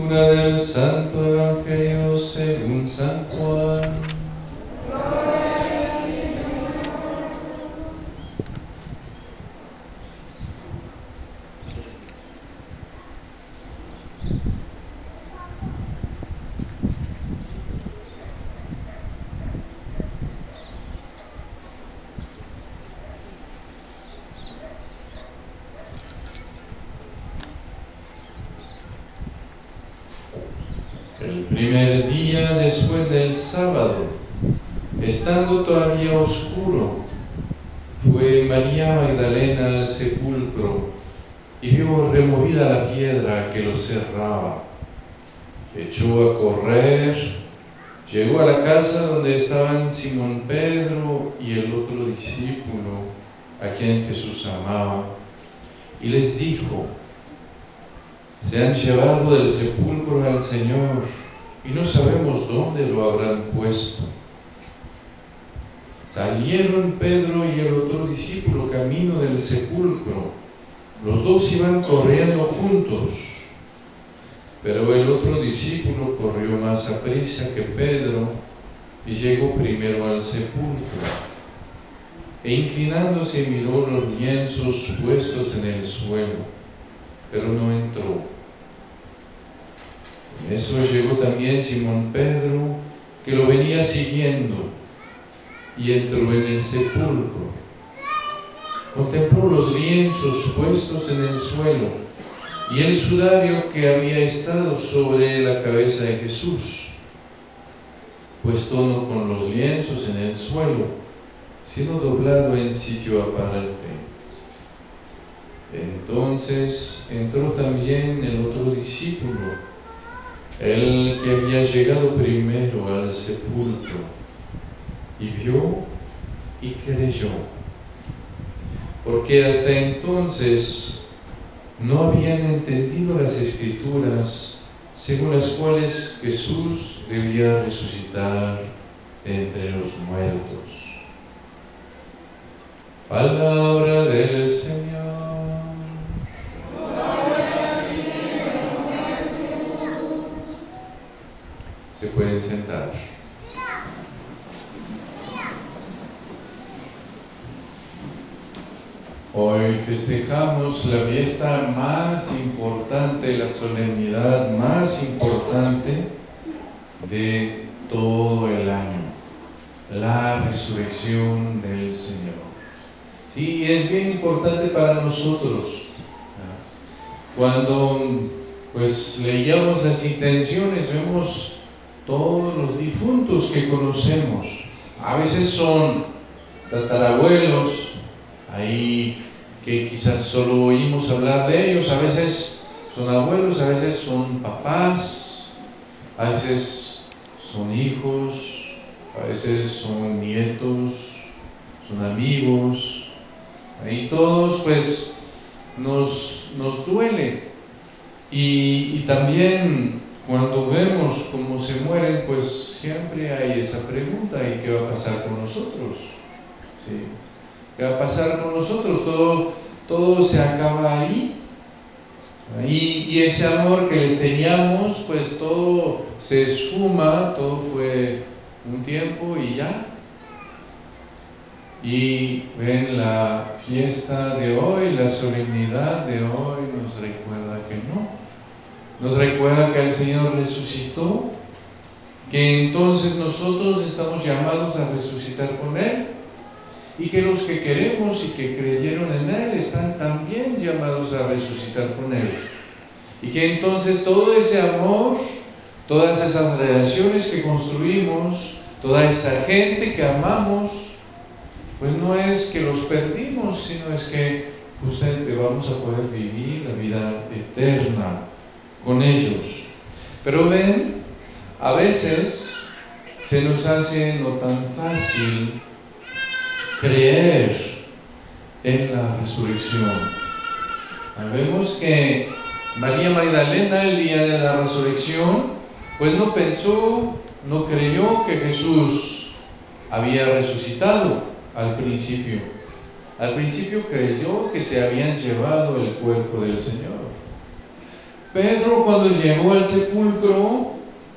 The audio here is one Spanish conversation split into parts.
Lectura del Santo Evangelio según San Juan. El primer día después del sábado, estando todavía oscuro, fue María Magdalena al sepulcro y vio removida la piedra que lo cerraba. Echó a correr, llegó a la casa donde estaban Simón Pedro y el otro discípulo, a quien Jesús amaba, y les dijo: se han llevado del sepulcro al Señor y no sabemos dónde lo habrán puesto. Salieron Pedro y el otro discípulo camino del sepulcro. Los dos iban corriendo juntos, pero el otro discípulo corrió más aprisa que Pedro y llegó primero al sepulcro. E inclinándose miró los lienzos puestos en el suelo, pero no entró. En eso llegó también Simón Pedro, que lo venía siguiendo, y entró en el sepulcro. Contempló los lienzos puestos en el suelo y el sudario que había estado sobre la cabeza de Jesús, puesto no con los lienzos en el suelo, sino doblado en sitio aparte. Entonces entró también el otro discípulo, el que había llegado primero al sepulcro, y vio y creyó, porque hasta entonces no habían entendido las Escrituras, según las cuales Jesús debía resucitar entre los muertos. Palabra del Señor. Se pueden sentar. Hoy festejamos la fiesta más importante, la solemnidad más importante de todo el año, la resurrección del Señor. Sí, es bien importante para nosotros. Cuando leíamos las intenciones, vemos todos los difuntos que conocemos. A veces son tatarabuelos, ahí que quizás solo oímos hablar de ellos. A veces son abuelos, a veces son papás, a veces son hijos, a veces son nietos, son amigos. Ahí todos nos duele. Y también cuando vemos cómo se mueren, siempre hay esa pregunta: ¿y qué va a pasar con nosotros? ¿Sí? ¿Qué va a pasar con nosotros? Todo se acaba ahí. Y ese amor que les teníamos, todo se esfuma, todo fue un tiempo y ya. Y ven, la fiesta de hoy, la solemnidad de hoy nos recuerda que no. Nos recuerda que el Señor resucitó, que entonces nosotros estamos llamados a resucitar con Él, y que los que queremos y que creyeron en Él están también llamados a resucitar con Él. Y que entonces todo ese amor, todas esas relaciones que construimos, toda esa gente que amamos, no es que los perdimos, sino es que justamente vamos a poder vivir la vida eterna con ellos. Pero ven, a veces se nos hace no tan fácil creer en la resurrección. Vemos que María Magdalena, el día de la resurrección, no pensó, no creyó que Jesús había resucitado al principio. Al principio creyó que se habían llevado el cuerpo del Señor. Pedro, cuando llegó al sepulcro,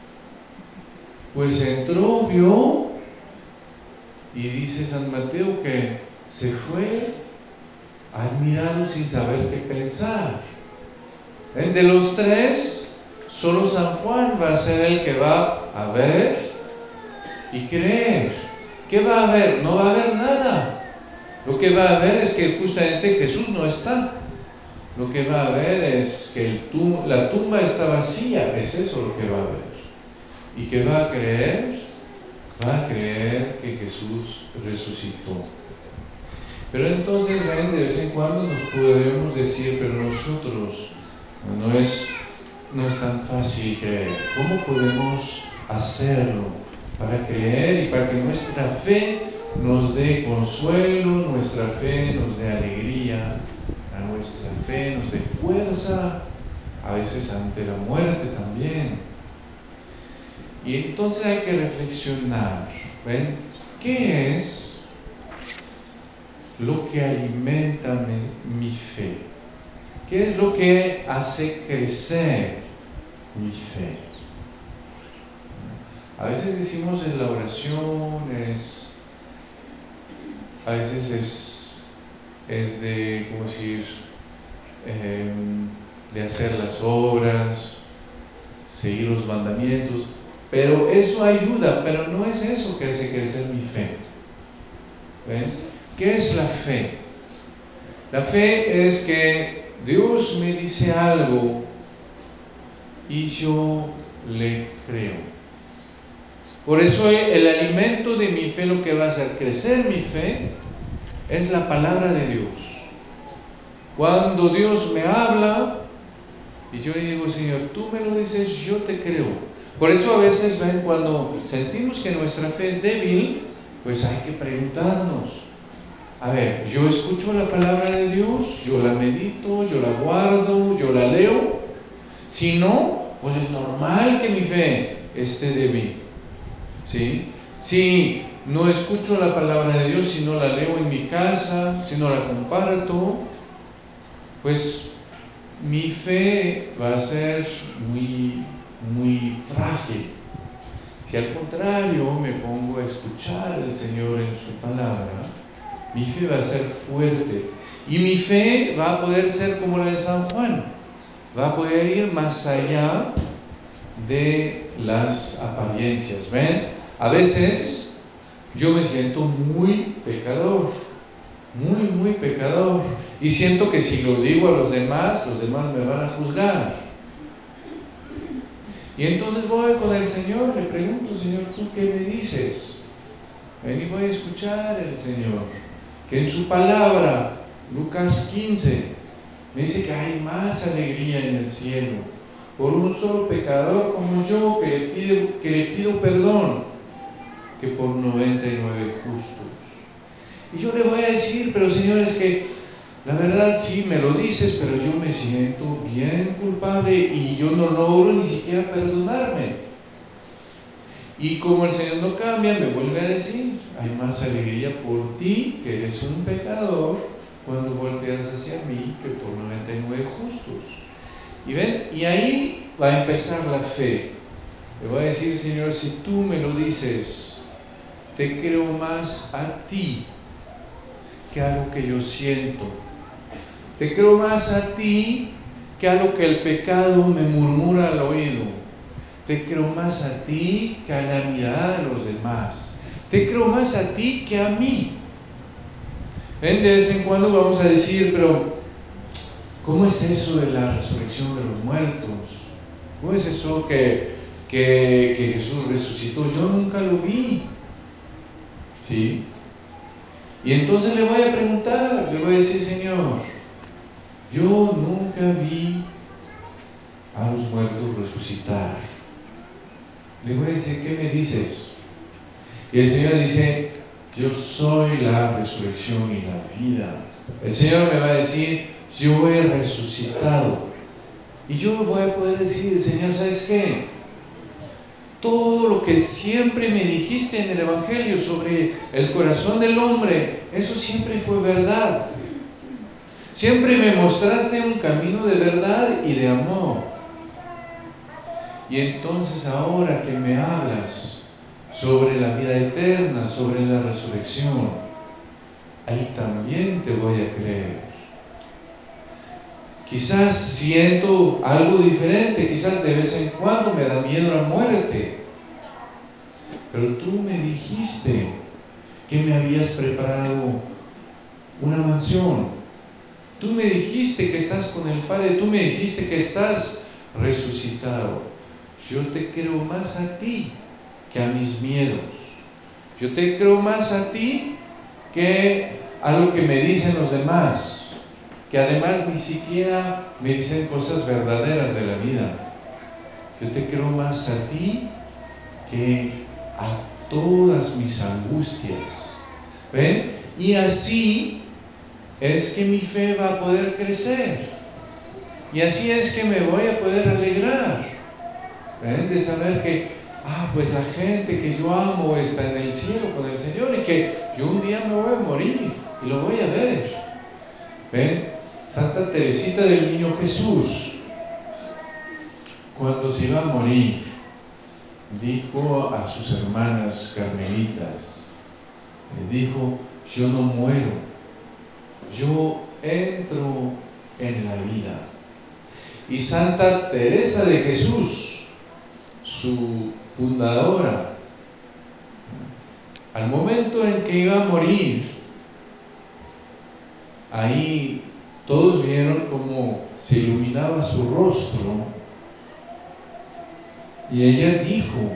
pues entró, vio, y dice San Mateo que se fue admirado sin saber qué pensar. De los tres, solo San Juan va a ser el que va a ver y creer. ¿Qué va a ver? No va a ver nada. Lo que va a ver es que justamente Jesús no está. Lo que va a ver es que la tumba está vacía. Es eso lo que va a ver. ¿Y qué va a creer? Va a creer que Jesús resucitó. Pero entonces, ven, de vez en cuando nos podremos decir, pero nosotros no es tan fácil creer. ¿Cómo podemos hacerlo para creer y para que nuestra fe nos dé consuelo, nuestra fe nos dé alegría, a nuestra fe nos dé fuerza, a veces ante la muerte también? Y entonces hay que reflexionar, ¿ven? ¿Qué es lo que alimenta mi fe? ¿Qué es lo que hace crecer mi fe? A veces decimos en la oración, a veces es de, ¿cómo decir?, de hacer las obras, seguir los mandamientos, pero eso ayuda, pero no es eso que hace crecer mi fe. ¿Ven? ¿Qué es la fe? La fe es que Dios me dice algo y yo le creo. Por eso el alimento de mi fe, lo que va a hacer crecer mi fe, es la palabra de Dios. Cuando Dios me habla y yo le digo, Señor, tú me lo dices, yo te creo. Por eso a veces, ven, cuando sentimos que nuestra fe es débil, pues hay que preguntarnos, a ver, yo escucho la palabra de Dios, yo la medito, yo la guardo, yo la leo. Si no, pues es normal que mi fe esté débil, ¿sí? Si no escucho la palabra de Dios, si no la leo en mi casa, si no la comparto, pues mi fe va a ser muy, muy frágil. Si al contrario me pongo a escuchar al Señor en su palabra, mi fe va a ser fuerte y mi fe va a poder ser como la de San Juan, va a poder ir más allá de las apariencias. ¿Ven? A veces yo me siento muy pecador, muy pecador, y siento que si lo digo a los demás me van a juzgar. Y entonces voy con el Señor, le pregunto, Señor, ¿tú qué me dices? Ven, y voy a escuchar al Señor, que en su palabra, Lucas 15, me dice que hay más alegría en el cielo por un solo pecador como yo que le pido perdón, que por 99 justos. Y yo le voy a decir, pero Señor, es que la verdad sí me lo dices, pero yo me siento bien culpable y yo no logro ni siquiera perdonarme. Y como el Señor no cambia, me vuelve a decir, hay más alegría por ti, que eres un pecador, cuando volteas hacia mí, que por 99 justos. Y ven, y ahí va a empezar la fe. Le voy a decir, Señor, si tú me lo dices, te creo más a ti que a lo que yo siento. Te creo más a ti que a lo que el pecado me murmura al oído. Te creo más a ti que a la mirada de los demás. Te creo más a ti que a mí. ¿Ven? De vez en cuando vamos a decir, pero ¿cómo es eso de la resurrección de los muertos? ¿Cómo es eso que Jesús resucitó? Yo nunca lo vi. ¿Sí? Y entonces le voy a preguntar, le voy a decir, Señor, yo nunca vi a los muertos resucitar. Le voy a decir, ¿qué me dices? Y el Señor dice, yo soy la resurrección y la vida. El Señor me va a decir, yo he resucitado. Y yo voy a poder decir, Señor, ¿sabes qué? Todo lo que siempre me dijiste en el Evangelio sobre el corazón del hombre, eso siempre fue verdad. Siempre me mostraste un camino de verdad y de amor. Y entonces ahora que me hablas sobre la vida eterna, sobre la resurrección, ahí también te voy a creer. Quizás siento algo diferente, quizás de vez en cuando me da miedo la muerte, pero tú me dijiste que me habías preparado una mansión. Tú me dijiste que estás con el Padre, tú me dijiste que estás resucitado. Yo te creo más a ti que a mis miedos. Yo te creo más a ti que a lo que me dicen los demás, que además ni siquiera me dicen cosas verdaderas de la vida. Yo te creo más a ti que a todas mis angustias. ¿Ven? Y así es que mi fe va a poder crecer. Y así es que me voy a poder alegrar. ¿Ven? De saber que, pues la gente que yo amo está en el cielo con el Señor y que yo un día me voy a morir y lo voy a ver. ¿Ven? Santa Teresita del Niño Jesús, cuando se iba a morir, dijo a sus hermanas carmelitas, les dijo: yo no muero, yo entro en la vida. Y Santa Teresa de Jesús, su fundadora, al momento en que iba a morir, ahí todos vieron cómo se iluminaba su rostro, y ella dijo: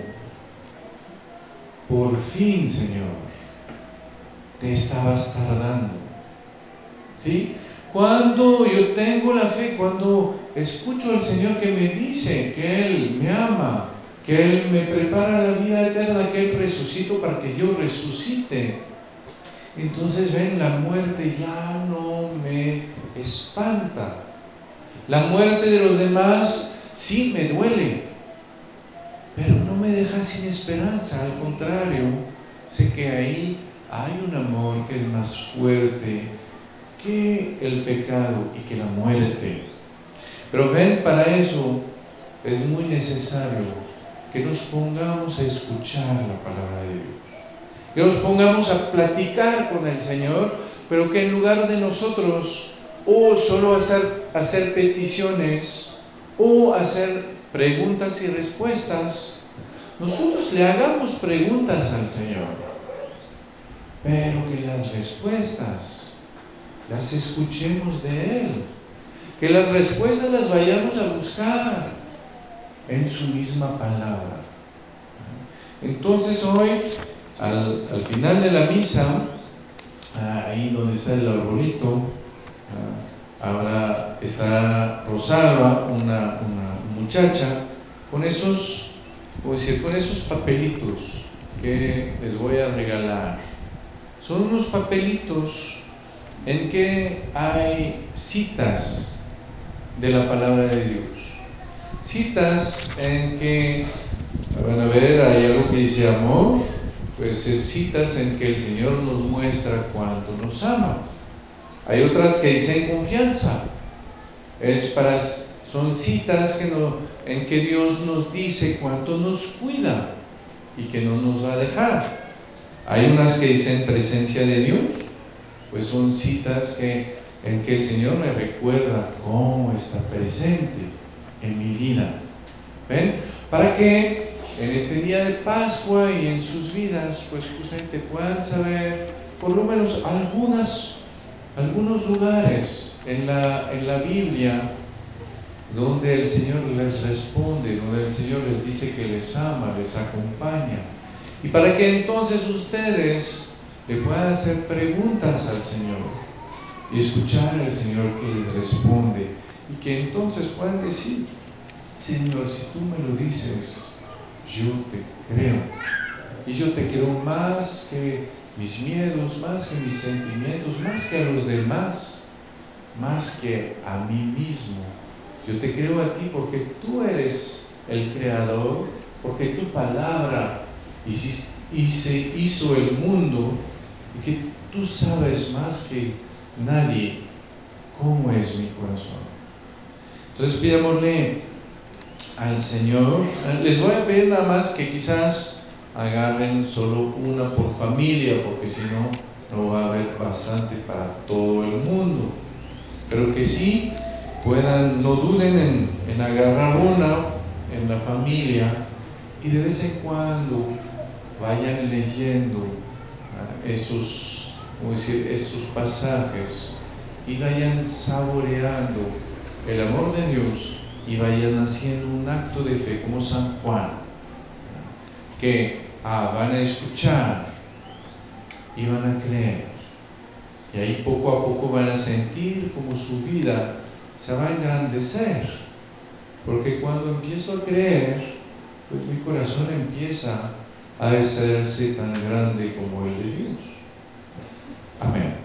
por fin, Señor, te estabas tardando. ¿Sí? Cuando yo tengo la fe, cuando escucho al Señor que me dice que Él me ama, que Él me prepara la vida eterna, que Él resucitó para que yo resucite, entonces ven, la muerte ya no me espanta. La muerte de los demás sí me duele, pero no me deja sin esperanza. Al contrario, sé que ahí hay un amor que es más fuerte que el pecado y que la muerte. Pero ven, para eso es muy necesario que nos pongamos a escuchar la palabra de Dios, que nos pongamos a platicar con el Señor, pero que en lugar de nosotros o solo hacer peticiones o hacer preguntas y respuestas, nosotros le hagamos preguntas al Señor, pero que las respuestas las escuchemos de Él, que las respuestas las vayamos a buscar en su misma palabra. Entonces hoy, al final de la misa, ahí donde está el arbolito, ahora está Rosalba, una muchacha, con esos, con esos papelitos que les voy a regalar. Son unos papelitos en que hay citas de la palabra de Dios. Citas en que, van a ver, hay algo que dice amor, pues es citas en que el Señor nos muestra cuánto nos ama. Hay otras que dicen confianza, son citas en que Dios nos dice cuánto nos cuida y que no nos va a dejar. Hay unas que dicen presencia de Dios, pues son citas en que el Señor me recuerda cómo está presente en mi vida. ¿Ven? Para que en este día de Pascua y en sus vidas, pues justamente puedan saber por lo menos algunos lugares en la Biblia donde el Señor les responde, donde el Señor les dice que les ama, les acompaña. Y para que entonces ustedes le puedan hacer preguntas al Señor y escuchar al Señor que les responde, y que entonces puedan decir: Señor, si tú me lo dices, yo te creo, y yo te creo más que mis miedos, más que mis sentimientos, más que a los demás, más que a mí mismo. Yo te creo a ti porque tú eres el creador, porque tu palabra hizo el mundo, y que tú sabes más que nadie cómo es mi corazón. Entonces pidámosle al Señor. Les voy a pedir nada más que quizás agarren solo una por familia, porque si no, no va a haber bastante para todo el mundo. Pero que sí puedan, no duden en agarrar una en la familia y de vez en cuando vayan leyendo esos pasajes y vayan saboreando el amor de Dios y vayan haciendo un acto de fe como San Juan, que van a escuchar y van a creer, y ahí poco a poco van a sentir como su vida se va a engrandecer, porque cuando empiezo a creer, pues mi corazón empieza a hacerse tan grande como el de Dios. Amén.